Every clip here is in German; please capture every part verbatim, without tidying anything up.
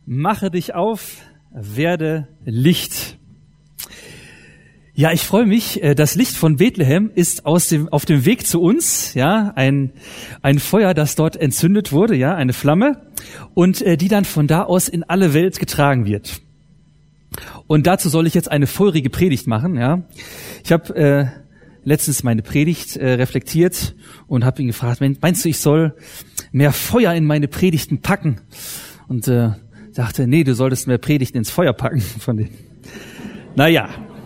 Mache dich auf, werde Licht. Ja, ich freue mich. Das Licht von Bethlehem ist aus dem, auf dem Weg zu uns. Ja, ein, ein Feuer, das dort entzündet wurde, ja, eine Flamme, und äh, die dann von da aus in alle Welt getragen wird. Und dazu soll ich jetzt eine feurige Predigt machen. Ja, ich habe äh, letztens meine Predigt äh, reflektiert und habe ihn gefragt: Meinst du, ich soll mehr Feuer in meine Predigten packen? Und äh, dachte, nee, du solltest mehr Predigten ins Feuer packen von denen. Naja.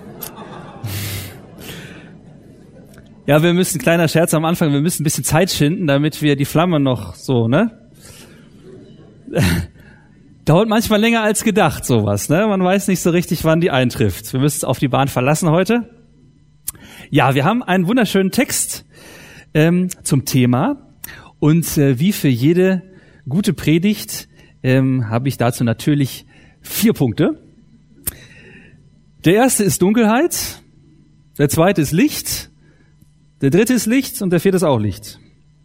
Ja, wir müssen, kleiner Scherz am Anfang, wir müssen ein bisschen Zeit schinden, damit wir die Flamme noch so, ne? Dauert manchmal länger als gedacht, sowas, ne? Man weiß nicht so richtig, wann die eintrifft. Wir müssen es auf die Bahn verlassen heute. Ja, wir haben einen wunderschönen Text ähm, zum Thema. Und äh, wie für jede gute Predigt ähm, habe ich dazu natürlich vier Punkte. Der erste ist Dunkelheit, der zweite ist Licht, der dritte ist Licht und der vierte ist auch Licht.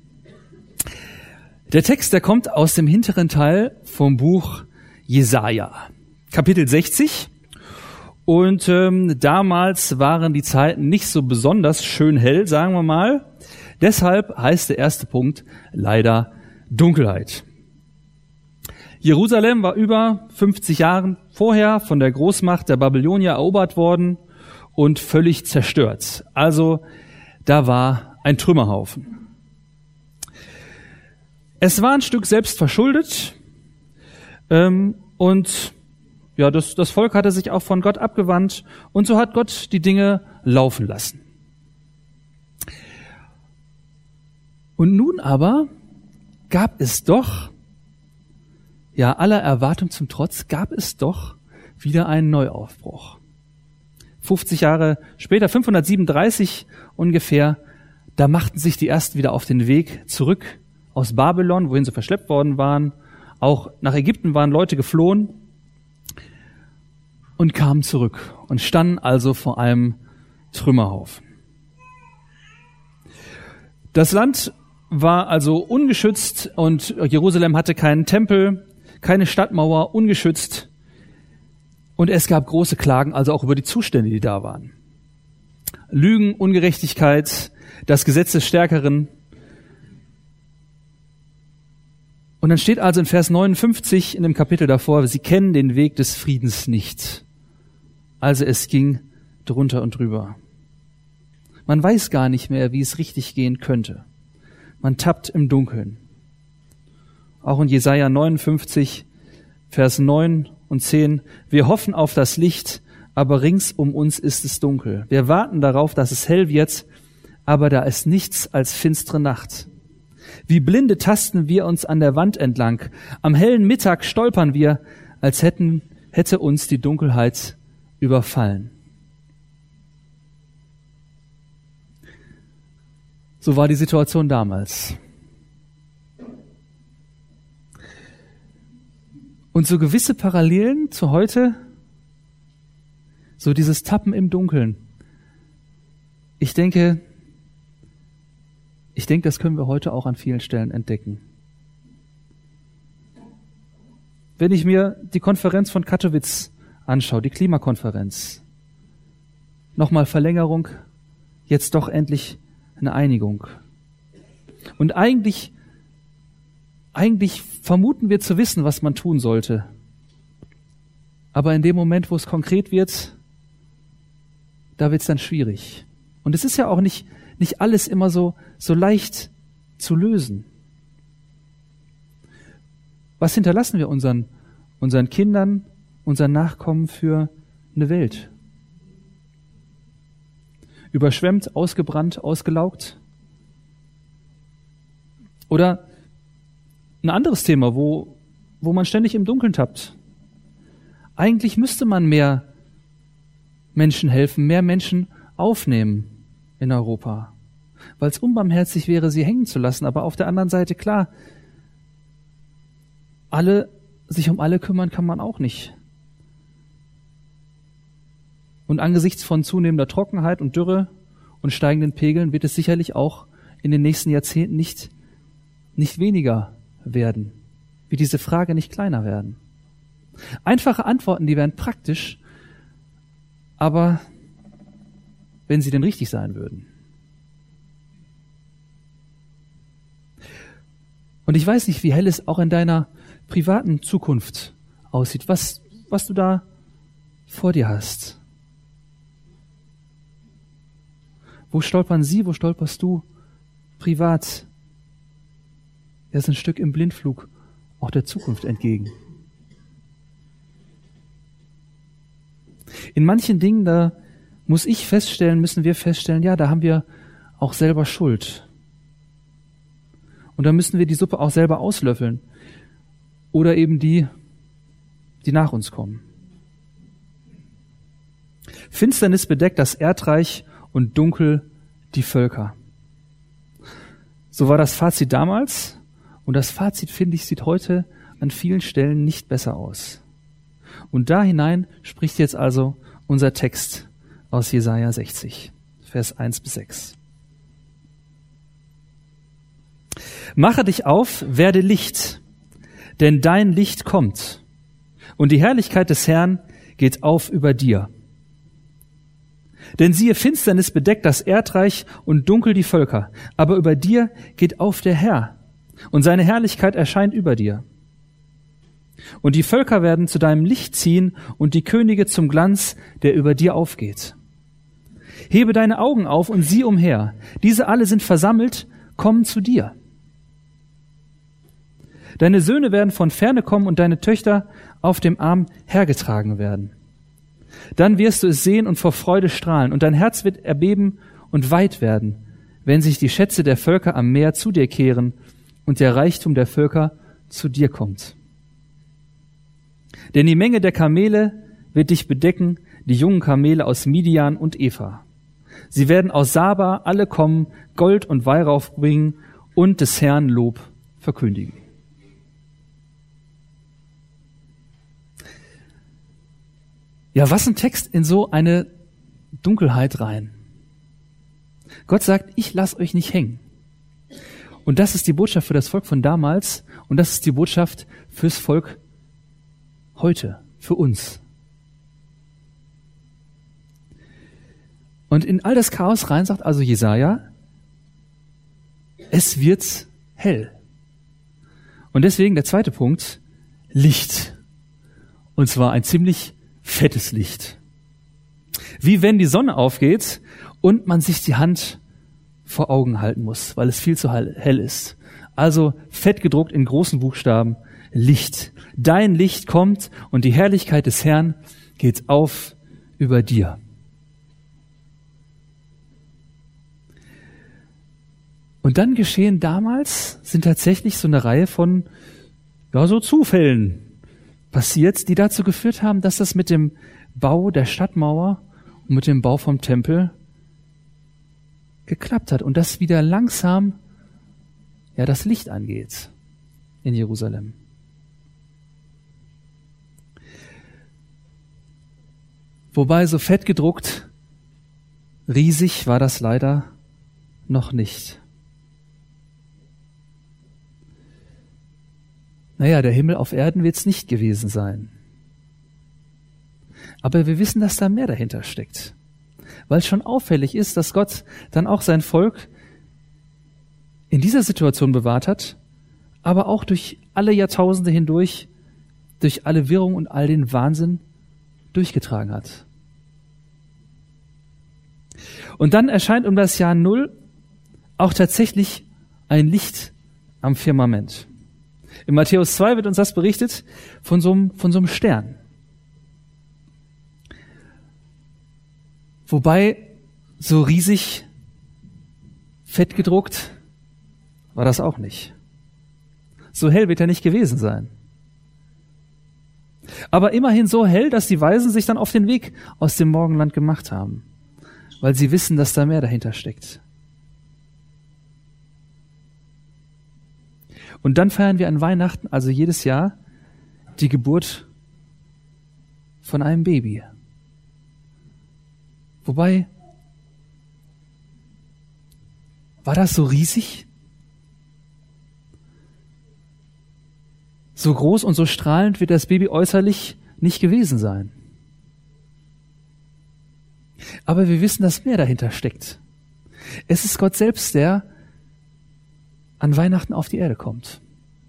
Der Text, der kommt aus dem hinteren Teil vom Buch Jesaja, Kapitel sechzig. Und ähm, damals waren die Zeiten nicht so besonders schön hell, sagen wir mal. Deshalb heißt der erste Punkt leider Dunkelheit. Jerusalem war über fünfzig Jahren vorher von der Großmacht der Babylonier erobert worden und völlig zerstört. Also da war ein Trümmerhaufen. Es war ein Stück selbst verschuldet, ähm, und ja, das, das Volk hatte sich auch von Gott abgewandt, und so hat Gott die Dinge laufen lassen. Und nun aber gab es doch, ja, aller Erwartung zum Trotz, gab es doch wieder einen Neuaufbruch. fünfzig Jahre später, fünfhundertsiebenunddreißig ungefähr, da machten sich die Ersten wieder auf den Weg zurück aus Babylon, wohin sie verschleppt worden waren. Auch nach Ägypten waren Leute geflohen und kamen zurück und standen also vor einem Trümmerhaufen. Das Land war also ungeschützt und Jerusalem hatte keinen Tempel, keine Stadtmauer, ungeschützt. Und es gab große Klagen, also auch über die Zustände, die da waren. Lügen, Ungerechtigkeit, das Gesetz des Stärkeren. Und dann steht also in Vers neunundfünfzig in dem Kapitel davor: Sie kennen den Weg des Friedens nicht. Also es ging drunter und drüber. Man weiß gar nicht mehr, wie es richtig gehen könnte. Man tappt im Dunkeln. Auch in Jesaja neunundfünfzig, Vers neun und zehn. Wir hoffen auf das Licht, aber rings um uns ist es dunkel. Wir warten darauf, dass es hell wird, aber da ist nichts als finstere Nacht. Wie Blinde tasten wir uns an der Wand entlang. Am hellen Mittag stolpern wir, als hätten, hätte uns die Dunkelheit überfallen. So war die Situation damals. Und so gewisse Parallelen zu heute, so dieses Tappen im Dunkeln. Ich denke, ich denke, das können wir heute auch an vielen Stellen entdecken. Wenn ich mir die Konferenz von Katowice anschaue, die Klimakonferenz, nochmal Verlängerung, jetzt doch endlich eine Einigung. Und eigentlich Eigentlich vermuten wir zu wissen, was man tun sollte. Aber in dem Moment, wo es konkret wird, da wird es dann schwierig. Und es ist ja auch nicht, nicht alles immer so, so leicht zu lösen. Was hinterlassen wir unseren, unseren Kindern, unseren Nachkommen für eine Welt? Überschwemmt, ausgebrannt, ausgelaugt? Oder ein anderes Thema, wo, wo man ständig im Dunkeln tappt. Eigentlich müsste man mehr Menschen helfen, mehr Menschen aufnehmen in Europa, weil es unbarmherzig wäre, sie hängen zu lassen. Aber auf der anderen Seite, klar, alle, sich um alle kümmern kann man auch nicht. Und angesichts von zunehmender Trockenheit und Dürre und steigenden Pegeln wird es sicherlich auch in den nächsten Jahrzehnten nicht, nicht weniger werden, wird diese Frage nicht kleiner werden. Einfache Antworten, die wären praktisch, aber wenn sie denn richtig sein würden. Und ich weiß nicht, wie hell es auch in deiner privaten Zukunft aussieht, was, was du da vor dir hast. Wo stolpern sie, wo stolperst du privat? Er ist ein Stück im Blindflug auch der Zukunft entgegen. In manchen Dingen, da muss ich feststellen, müssen wir feststellen, ja, da haben wir auch selber Schuld. Und da müssen wir die Suppe auch selber auslöffeln. Oder eben die, die nach uns kommen. Finsternis bedeckt das Erdreich und dunkel die Völker. So war das Fazit damals. Und das Fazit, finde ich, sieht heute an vielen Stellen nicht besser aus. Und da hinein spricht jetzt also unser Text aus Jesaja sechzig, Vers eins bis sechs. Mache dich auf, werde Licht, denn dein Licht kommt, und die Herrlichkeit des Herrn geht auf über dir. Denn siehe, Finsternis bedeckt das Erdreich und dunkel die Völker, aber über dir geht auf der Herr, und seine Herrlichkeit erscheint über dir. Und die Völker werden zu deinem Licht ziehen und die Könige zum Glanz, der über dir aufgeht. Hebe deine Augen auf und sieh umher. Diese alle sind versammelt, kommen zu dir. Deine Söhne werden von ferne kommen und deine Töchter auf dem Arm hergetragen werden. Dann wirst du es sehen und vor Freude strahlen, und dein Herz wird erbeben und weit werden, wenn sich die Schätze der Völker am Meer zu dir kehren und der Reichtum der Völker zu dir kommt. Denn die Menge der Kamele wird dich bedecken, die jungen Kamele aus Midian und Epha. Sie werden aus Saba alle kommen, Gold und Weihrauch bringen und des Herrn Lob verkündigen. Ja, was ein Text in so eine Dunkelheit rein. Gott sagt, ich lasse euch nicht hängen. Und das ist die Botschaft für das Volk von damals und das ist die Botschaft fürs Volk heute, für uns. Und in all das Chaos rein sagt also Jesaja, es wird hell. Und deswegen der zweite Punkt, Licht. Und zwar ein ziemlich fettes Licht. Wie wenn die Sonne aufgeht und man sich die Hand vor Augen halten muss, weil es viel zu hell ist. Also fett gedruckt in großen Buchstaben, Licht. Dein Licht kommt und die Herrlichkeit des Herrn geht auf über dir. Und dann geschehen damals, sind tatsächlich so eine Reihe von, ja, so Zufällen passiert, die dazu geführt haben, dass das mit dem Bau der Stadtmauer und mit dem Bau vom Tempel geklappt hat und dass wieder langsam ja das Licht angeht in Jerusalem. Wobei so fett gedruckt, riesig war das leider noch nicht. Naja, der Himmel auf Erden wird es nicht gewesen sein. Aber wir wissen, dass da mehr dahinter steckt. Weil es schon auffällig ist, dass Gott dann auch sein Volk in dieser Situation bewahrt hat, aber auch durch alle Jahrtausende hindurch, durch alle Wirrung und all den Wahnsinn durchgetragen hat. Und dann erscheint um das Jahr Null auch tatsächlich ein Licht am Firmament. In Matthäus zwei wird uns das berichtet von so einem, von so einem Stern. Wobei so riesig fett gedruckt war das auch nicht. So hell wird er nicht gewesen sein. Aber immerhin so hell, dass die Weisen sich dann auf den Weg aus dem Morgenland gemacht haben, weil sie wissen, dass da mehr dahinter steckt. Und dann feiern wir an Weihnachten, also jedes Jahr, die Geburt von einem Baby. Wobei, war das so riesig? So groß und so strahlend wird das Baby äußerlich nicht gewesen sein. Aber wir wissen, dass mehr dahinter steckt. Es ist Gott selbst, der an Weihnachten auf die Erde kommt.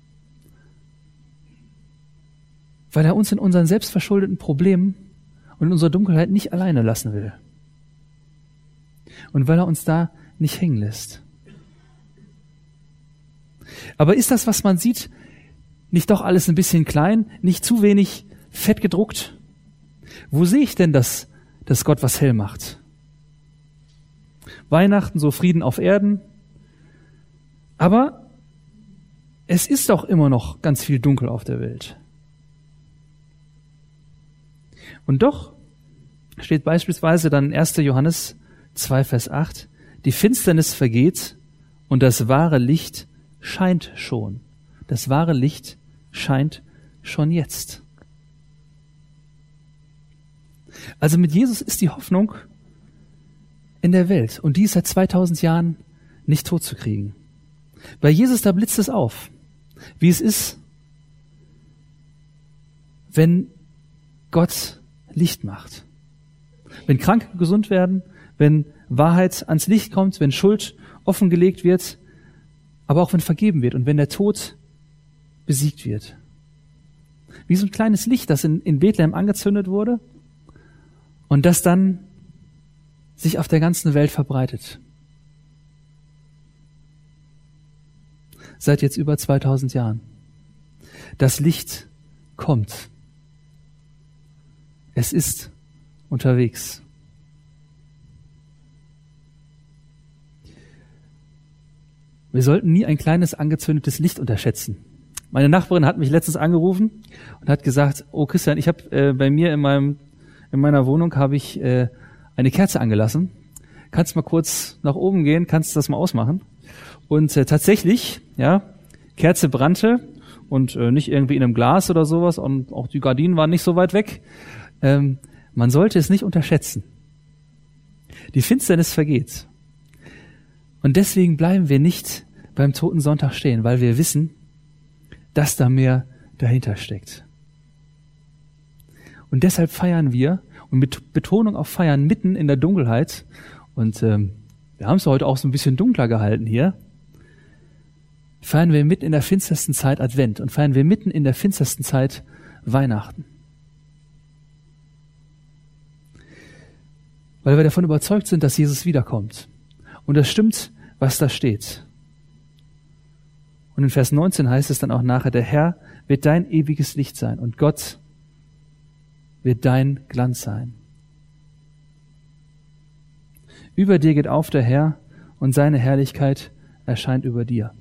Weil er uns in unseren selbstverschuldeten Problemen und in unserer Dunkelheit nicht alleine lassen will. Und weil er uns da nicht hängen lässt. Aber ist das, was man sieht, nicht doch alles ein bisschen klein, nicht zu wenig fett gedruckt? Wo sehe ich denn, dass, dass Gott was hell macht? Weihnachten, so Frieden auf Erden. Aber es ist doch immer noch ganz viel Dunkel auf der Welt. Und doch steht beispielsweise dann in erster Johannes zwei, Vers acht, die Finsternis vergeht und das wahre Licht scheint schon. Das wahre Licht scheint schon jetzt. Also mit Jesus ist die Hoffnung in der Welt und die ist seit zweitausend Jahren nicht totzukriegen. Bei Jesus, da blitzt es auf, wie es ist, wenn Gott Licht macht. Wenn Kranke gesund werden, wenn Wahrheit ans Licht kommt, wenn Schuld offengelegt wird, aber auch wenn vergeben wird und wenn der Tod besiegt wird. Wie so ein kleines Licht, das in, in Bethlehem angezündet wurde und das dann sich auf der ganzen Welt verbreitet. Seit jetzt über zweitausend Jahren. Das Licht kommt. Es ist unterwegs. Wir sollten nie ein kleines angezündetes Licht unterschätzen. Meine Nachbarin hat mich letztens angerufen und hat gesagt, oh Christian, ich habe äh, bei mir in meinem in meiner Wohnung habe ich äh, eine Kerze angelassen. Kannst mal kurz nach oben gehen, kannst das mal ausmachen? Und äh, tatsächlich, ja, Kerze brannte und äh, nicht irgendwie in einem Glas oder sowas und auch die Gardinen waren nicht so weit weg. Ähm, man sollte es nicht unterschätzen. Die Finsternis vergeht. Und deswegen bleiben wir nicht beim Toten Sonntag stehen, weil wir wissen, dass da mehr dahinter steckt. Und deshalb feiern wir, und mit Betonung auf Feiern, mitten in der Dunkelheit. Und ähm, wir haben es heute auch so ein bisschen dunkler gehalten hier. Feiern wir mitten in der finstersten Zeit Advent und feiern wir mitten in der finstersten Zeit Weihnachten. Weil wir davon überzeugt sind, dass Jesus wiederkommt. Und das stimmt, was da steht. Und in Vers neunzehn heißt es dann auch nachher, der Herr wird dein ewiges Licht sein und Gott wird dein Glanz sein. Über dir geht auf der Herr und seine Herrlichkeit erscheint über dir.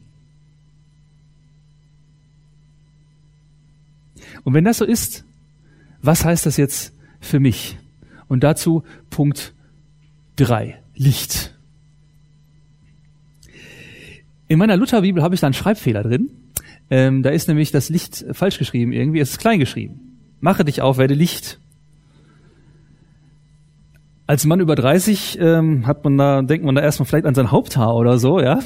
Und wenn das so ist, was heißt das jetzt für mich? Und dazu Punkt drei, Licht. In meiner Lutherbibel habe ich da einen Schreibfehler drin. Ähm, da ist nämlich das Licht falsch geschrieben irgendwie. Es ist klein geschrieben. Mache dich auf, werde Licht. Als Mann über dreißig ähm, hat man da, denkt man da erstmal vielleicht an sein Haupthaar oder so, ja.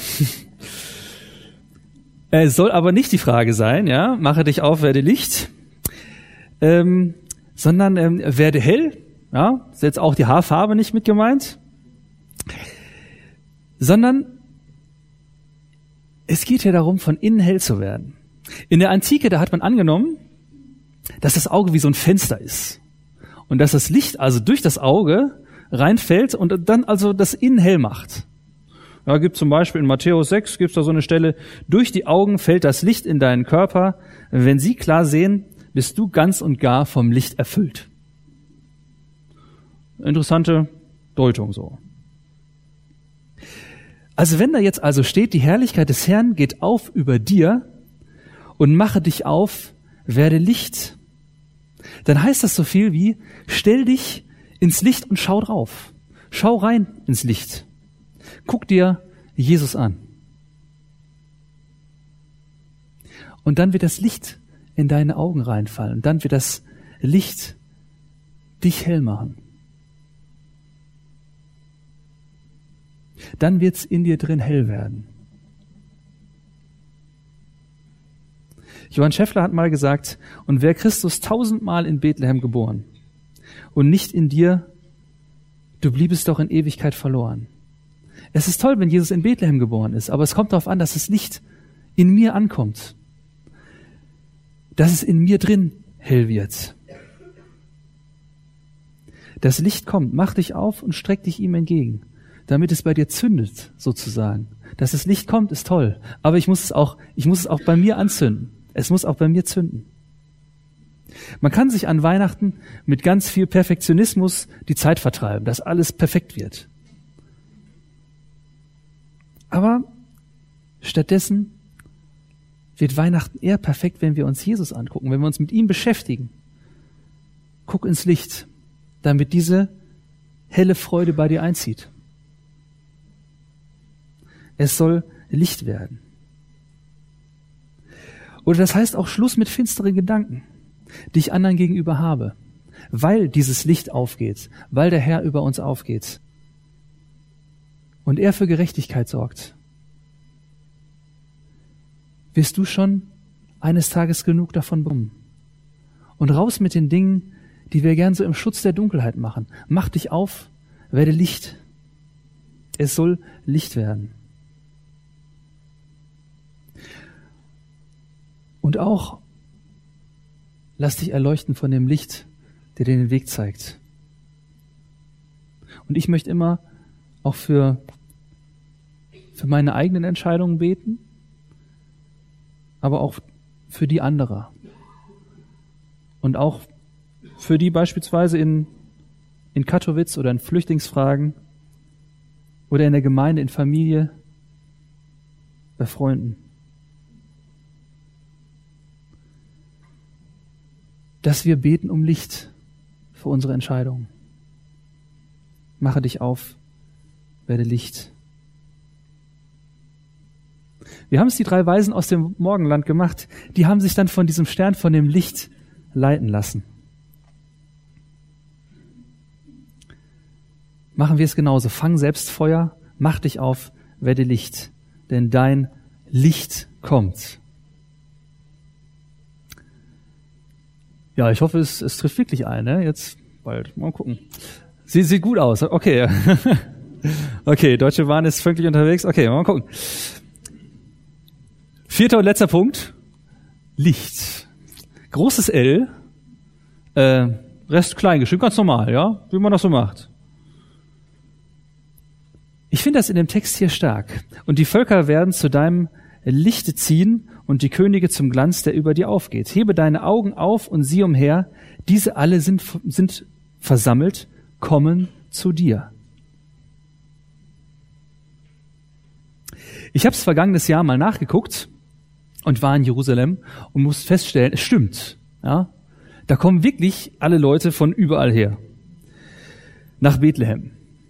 Es soll aber nicht die Frage sein, ja. Mache dich auf, werde Licht. Ähm, sondern ähm, werde hell. Ja, ist jetzt auch die Haarfarbe nicht mit gemeint. Sondern es geht ja darum, von innen hell zu werden. In der Antike, da hat man angenommen, dass das Auge wie so ein Fenster ist. Und dass das Licht also durch das Auge reinfällt und dann also das Innen hell macht. Da gibt zum Beispiel in Matthäus sechs, gibt es da so eine Stelle, durch die Augen fällt das Licht in deinen Körper. Wenn sie klar sehen, bist du ganz und gar vom Licht erfüllt. Interessante Deutung so. Also wenn da jetzt also steht, die Herrlichkeit des Herrn geht auf über dir und mache dich auf, werde Licht, dann heißt das so viel wie, stell dich ins Licht und schau drauf. Schau rein ins Licht. Guck dir Jesus an. Und dann wird das Licht in deine Augen reinfallen. Und dann wird das Licht dich hell machen. Dann wird's in dir drin hell werden. Johann Schäffler hat mal gesagt, und wäre Christus tausendmal in Bethlehem geboren und nicht in dir, du bliebest doch in Ewigkeit verloren. Es ist toll, wenn Jesus in Bethlehem geboren ist, aber es kommt darauf an, dass das Licht in mir ankommt, dass es in mir drin hell wird. Das Licht kommt, mach dich auf und streck dich ihm entgegen, damit es bei dir zündet, sozusagen. Dass das Licht kommt, ist toll, aber ich muss es auch, ich muss es auch bei mir anzünden. Es muss auch bei mir zünden. Man kann sich an Weihnachten mit ganz viel Perfektionismus die Zeit vertreiben, dass alles perfekt wird. Aber stattdessen wird Weihnachten eher perfekt, wenn wir uns Jesus angucken, wenn wir uns mit ihm beschäftigen. Guck ins Licht, damit diese helle Freude bei dir einzieht. Es soll Licht werden. Oder das heißt auch Schluss mit finsteren Gedanken, die ich anderen gegenüber habe, weil dieses Licht aufgeht, weil der Herr über uns aufgeht und er für Gerechtigkeit sorgt. Wirst du schon eines Tages genug davon bekommen? Und raus mit den Dingen, die wir gern so im Schutz der Dunkelheit machen. Mach dich auf, werde Licht. Es soll Licht werden. Und auch lass dich erleuchten von dem Licht, der dir den Weg zeigt. Und ich möchte immer auch für, für meine eigenen Entscheidungen beten, aber auch für die anderer. Und auch für die beispielsweise in, in Katowice oder in Flüchtlingsfragen oder in der Gemeinde, in Familie, bei Freunden. Dass wir beten um Licht für unsere Entscheidungen. Mache dich auf, werde Licht. Wir haben es die drei Weisen aus dem Morgenland gemacht. Die haben sich dann von diesem Stern, von dem Licht leiten lassen. Machen wir es genauso. Fang selbst Feuer, mach dich auf, werde Licht. Denn dein Licht kommt. Ja, ich hoffe, es, es trifft wirklich ein, ne? Jetzt bald. Mal gucken. Sie sieht gut aus. Okay. Okay, Deutsche Bahn ist pünktlich unterwegs. Okay, mal gucken. Vierter und letzter Punkt. Licht. Großes L. Äh, Rest klein geschrieben. Ganz normal, ja? Wie man das so macht. Ich finde das in dem Text hier stark. Und die Völker werden zu deinem Lichte ziehen und die Könige zum Glanz, der über dir aufgeht. Hebe deine Augen auf und sieh umher. Diese alle sind, sind versammelt, kommen zu dir. Ich habe es vergangenes Jahr mal nachgeguckt und war in Jerusalem und musste feststellen, es stimmt. Ja, da kommen wirklich alle Leute von überall her. Nach Bethlehem.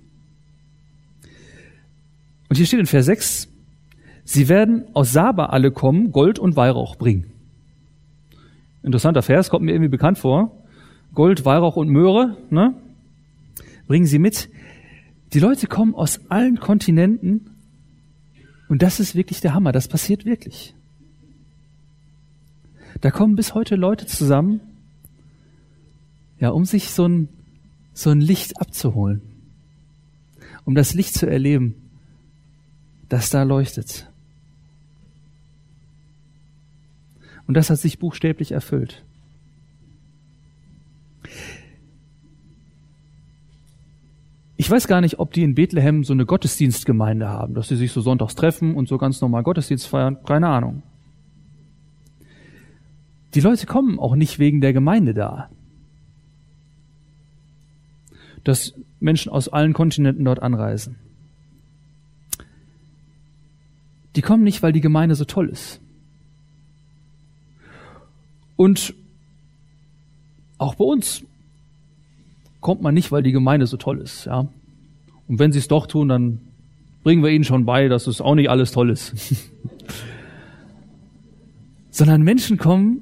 Und hier steht in Vers sechs, sie werden aus Saba alle kommen, Gold und Weihrauch bringen. Interessanter Vers, kommt mir irgendwie bekannt vor. Gold, Weihrauch und Möhre, ne? Bringen sie mit. Die Leute kommen aus allen Kontinenten und das ist wirklich der Hammer, das passiert wirklich. Da kommen bis heute Leute zusammen, ja, um sich so ein, so ein Licht abzuholen, um das Licht zu erleben, das da leuchtet. Und das hat sich buchstäblich erfüllt. Ich weiß gar nicht, ob die in Bethlehem so eine Gottesdienstgemeinde haben, dass sie sich so sonntags treffen und so ganz normal Gottesdienst feiern. Keine Ahnung. Die Leute kommen auch nicht wegen der Gemeinde da. Dass Menschen aus allen Kontinenten dort anreisen. Die kommen nicht, weil die Gemeinde so toll ist. Und auch bei uns kommt man nicht, weil die Gemeinde so toll ist. Ja? Und wenn sie es doch tun, dann bringen wir ihnen schon bei, dass es auch nicht alles toll ist. Sondern Menschen kommen,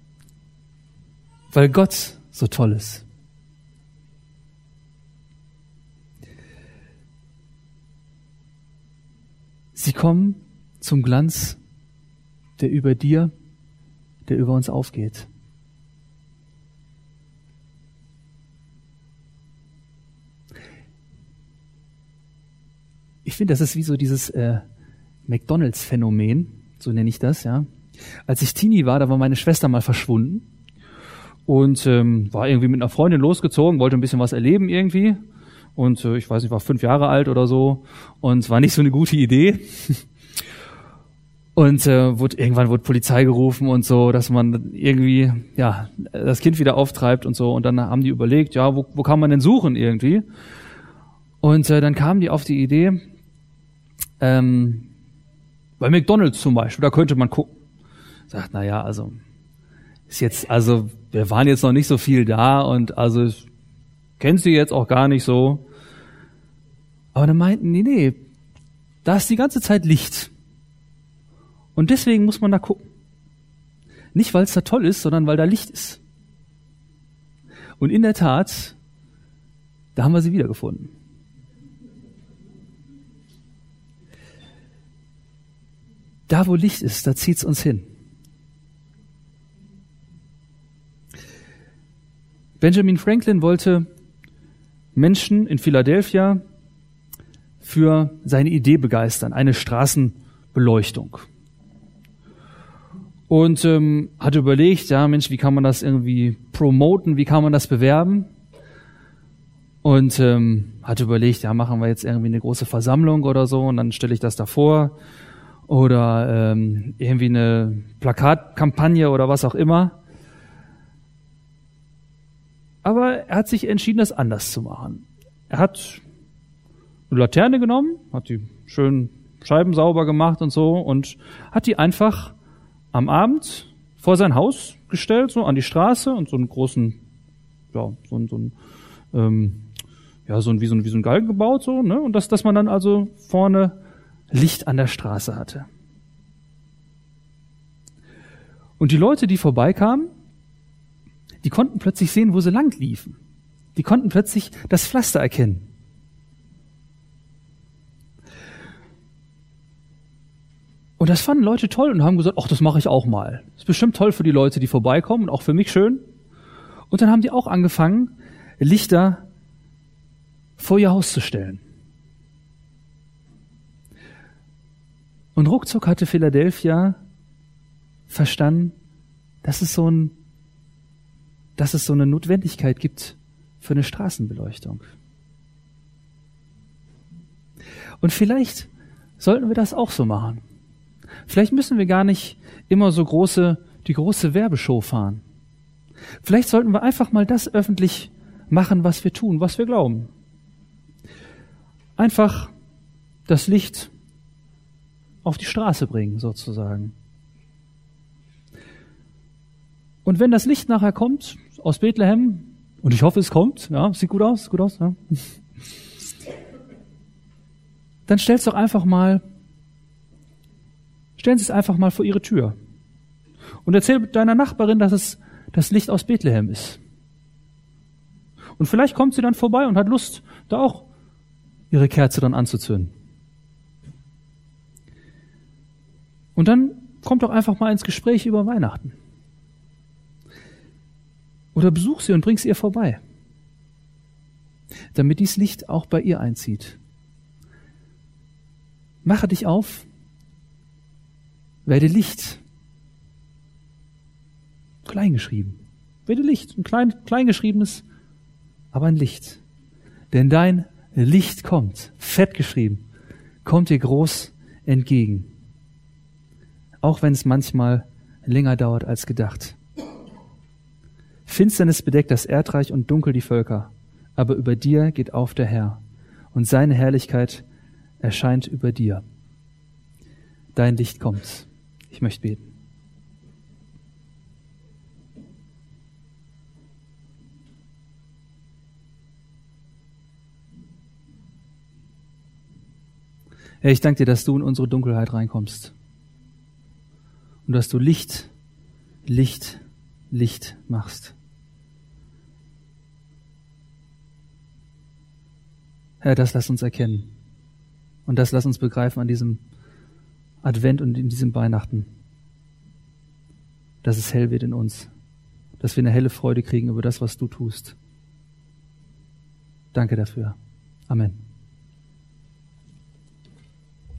weil Gott so toll ist. Sie kommen zum Glanz, der über dir der über uns aufgeht. Ich finde, das ist wie so dieses äh, McDonalds-Phänomen, so nenne ich das, ja. Als ich Teenie war, da war meine Schwester mal verschwunden und ähm, war irgendwie mit einer Freundin losgezogen, wollte ein bisschen was erleben irgendwie und äh, ich weiß nicht, war fünf Jahre alt oder so und es war nicht so eine gute Idee. Und äh, wurde, irgendwann wurde Polizei gerufen und so, dass man irgendwie ja das Kind wieder auftreibt und so. Und dann haben die überlegt, ja, wo, wo kann man denn suchen irgendwie? Und äh, dann kamen die auf die Idee, ähm, bei McDonald's zum Beispiel, da könnte man gucken. Sagt, na ja, also ist jetzt, also wir waren jetzt noch nicht so viel da und also kennst du jetzt auch gar nicht so. Aber dann meinten die, nee, da ist die ganze Zeit Licht. Und deswegen muss man da gucken. Nicht, weil es da toll ist, sondern weil da Licht ist. Und in der Tat, da haben wir sie wiedergefunden. Da, wo Licht ist, da zieht's uns hin. Benjamin Franklin wollte Menschen in Philadelphia für seine Idee begeistern, eine Straßenbeleuchtung. Und ähm, hatte überlegt, ja Mensch, wie kann man das irgendwie promoten, wie kann man das bewerben? Und ähm, hatte überlegt, ja, machen wir jetzt irgendwie eine große Versammlung oder so und dann stelle ich das davor. Oder ähm, irgendwie eine Plakatkampagne oder was auch immer. Aber er hat sich entschieden, das anders zu machen. Er hat eine Laterne genommen, hat die schön Scheiben sauber gemacht und so und hat die einfach am Abend vor sein Haus gestellt, so an die Straße und so einen großen, ja, so ein, so ein, ähm, ja, so ein, wie so ein, wie so ein Galgen gebaut, so, ne, und dass, dass man dann also vorne Licht an der Straße hatte. Und die Leute, die vorbeikamen, die konnten plötzlich sehen, wo sie lang liefen. Die konnten plötzlich das Pflaster erkennen. Und das fanden Leute toll und haben gesagt, ach, das mache ich auch mal. Das ist bestimmt toll für die Leute, die vorbeikommen und auch für mich schön. Und dann haben die auch angefangen, Lichter vor ihr Haus zu stellen. Und ruckzuck hatte Philadelphia verstanden, dass es so ein, dass es so eine Notwendigkeit gibt für eine Straßenbeleuchtung. Und vielleicht sollten wir das auch so machen. Vielleicht müssen wir gar nicht immer so große, die große Werbeshow fahren. Vielleicht sollten wir einfach mal das öffentlich machen, was wir tun, was wir glauben. Einfach das Licht auf die Straße bringen, sozusagen. Und wenn das Licht nachher kommt aus Bethlehem, und ich hoffe, es kommt, ja, sieht gut aus, gut aus, ja, dann stell's doch einfach mal, stellen Sie es einfach mal vor Ihre Tür und erzähl deiner Nachbarin, dass es das Licht aus Bethlehem ist. Und vielleicht kommt sie dann vorbei und hat Lust, da auch ihre Kerze dann anzuzünden. Und dann kommt doch einfach mal ins Gespräch über Weihnachten. Oder besuch sie und bring sie ihr vorbei, damit dieses Licht auch bei ihr einzieht. Mache dich auf, werde Licht. Kleingeschrieben. Werde Licht, ein klein, kleingeschriebenes, aber ein Licht. Denn dein Licht kommt, fett geschrieben, kommt dir groß entgegen. Auch wenn es manchmal länger dauert als gedacht. Finsternis bedeckt das Erdreich und dunkel die Völker, aber über dir geht auf der Herr und seine Herrlichkeit erscheint über dir. Dein Licht kommt. Ich möchte beten. Herr, ich danke dir, dass du in unsere Dunkelheit reinkommst und dass du Licht, Licht, Licht machst. Herr, das lass uns erkennen und das lass uns begreifen an diesem Advent und in diesem Weihnachten. dass es hell wird in uns, dass wir eine helle Freude kriegen über das, was du tust. Danke dafür. Amen.